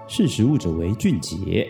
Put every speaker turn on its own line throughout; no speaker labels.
识时务者为俊杰。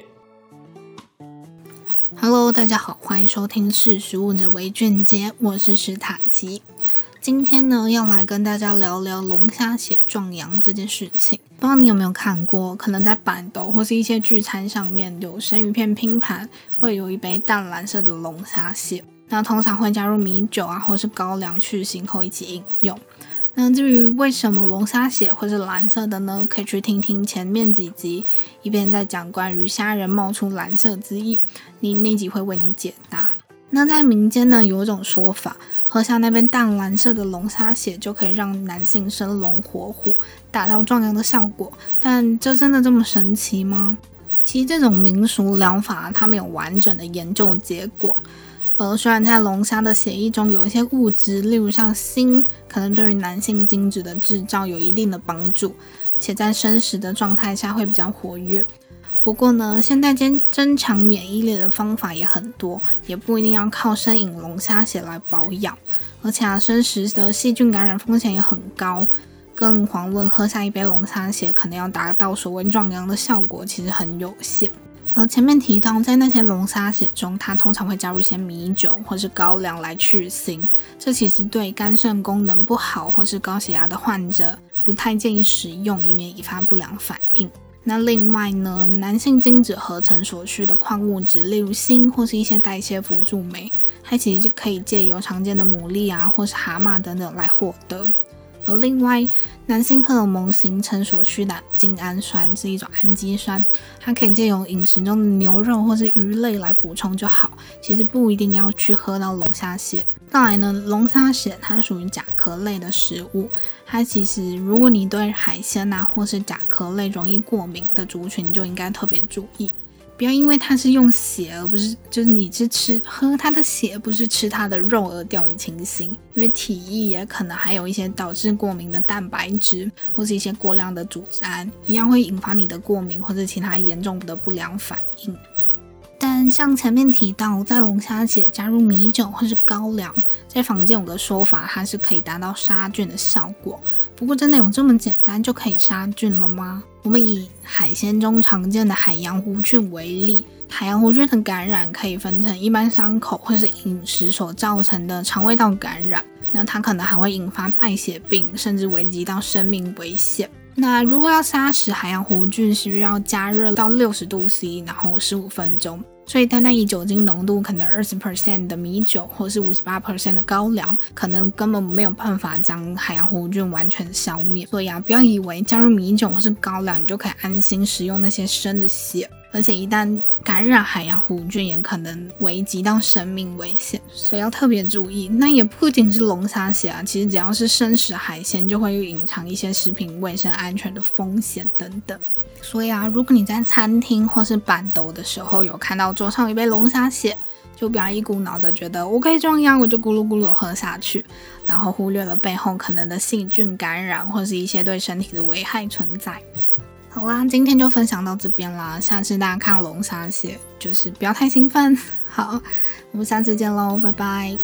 Hello， 大家好，欢迎收听识时务者为俊杰，我是史塔奇。今天呢，要来跟大家聊聊龙虾血壮阳这件事情。不知道你有没有看过，可能在板豆或是一些聚餐上面有生鱼片拼盘，会有一杯淡蓝色的龙虾血，那通常会加入米酒啊，或是高粱去腥后一起饮用。那至于为什么龙虾血会是蓝色的呢？可以去听听前面几集，一边在讲关于虾仁冒出蓝色之意，那集会为你解答。那在民间呢，有一种说法，喝下那边淡蓝色的龙虾血就可以让男性生龙活虎，达到壮阳的效果。但这真的这么神奇吗？其实这种民俗疗法它没有完整的研究结果。虽然在龙虾的血液中有一些物质，例如像锌，可能对于男性精子的制造有一定的帮助，且在生食的状态下会比较活跃。不过呢，现代间增强免疫力的方法也很多，也不一定要靠生饮龙虾血来保养。而且生食的细菌感染风险也很高，更遑论喝下一杯龙虾血可能要达到所谓壮阳的效果，其实很有限。前面提到，在那些龙虾血中，它通常会加入一些米酒或是高粱来去腥，这其实对肝肾功能不好或是高血压的患者不太建议使用，以免引发不良反应。那另外呢，男性精子合成所需的矿物质，例如锌或是一些代谢辅助酶，它其实可以借由常见的牡蛎啊或是蛤蟆等等来获得。而另外，男性荷尔蒙形成所需的精氨酸是一种氨基酸，它可以借由饮食中的牛肉或是鱼类来补充就好，其实不一定要去喝到龙虾血。再来呢，龙虾血它属于甲壳类的食物，它其实如果你对海鲜啊或是甲壳类容易过敏的族群，就应该特别注意。不要因为它是用血，而不是就是你是喝它的血，不是吃它的肉而掉以轻心，因为体液也可能还有一些导致过敏的蛋白质，或是一些过量的组织胺，一样会引发你的过敏或者其他严重的不良反应。但像前面提到，在龙虾血加入米酒或是高粱，在坊间有个说法，它是可以达到杀菌的效果。不过真的有这么简单就可以杀菌了吗？我们以海鲜中常见的海洋弧菌为例，海洋弧菌的感染可以分成一般伤口或是饮食所造成的肠胃道感染，那它可能还会引发败血病，甚至危及到生命危险。那如果要杀死海洋弧菌，需要加热到60度 C， 然后15分钟。所以单单以酒精浓度可能 20% 的米酒或是 58% 的高粱，可能根本没有办法将海洋弧菌完全消灭。所以不要以为加入米酒或是高粱你就可以安心食用那些生的血，而且一旦感染海洋弧菌也可能危及到生命危险，所以要特别注意。那也不仅是龙虾血其实只要是生食海鲜就会隐藏一些食品卫生安全的风险等等。所以如果你在餐厅或是板豆的时候有看到桌上有一杯龙虾血，就不要一股脑的觉得我可以壮阳，我就咕噜咕噜喝下去，然后忽略了背后可能的细菌感染或是一些对身体的危害存在。好啦，今天就分享到这边啦，下次大家看到龙虾血就是不要太兴奋。好，我们下次见咯，拜拜。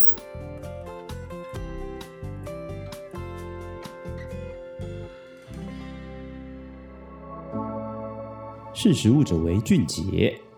识时务者为俊杰。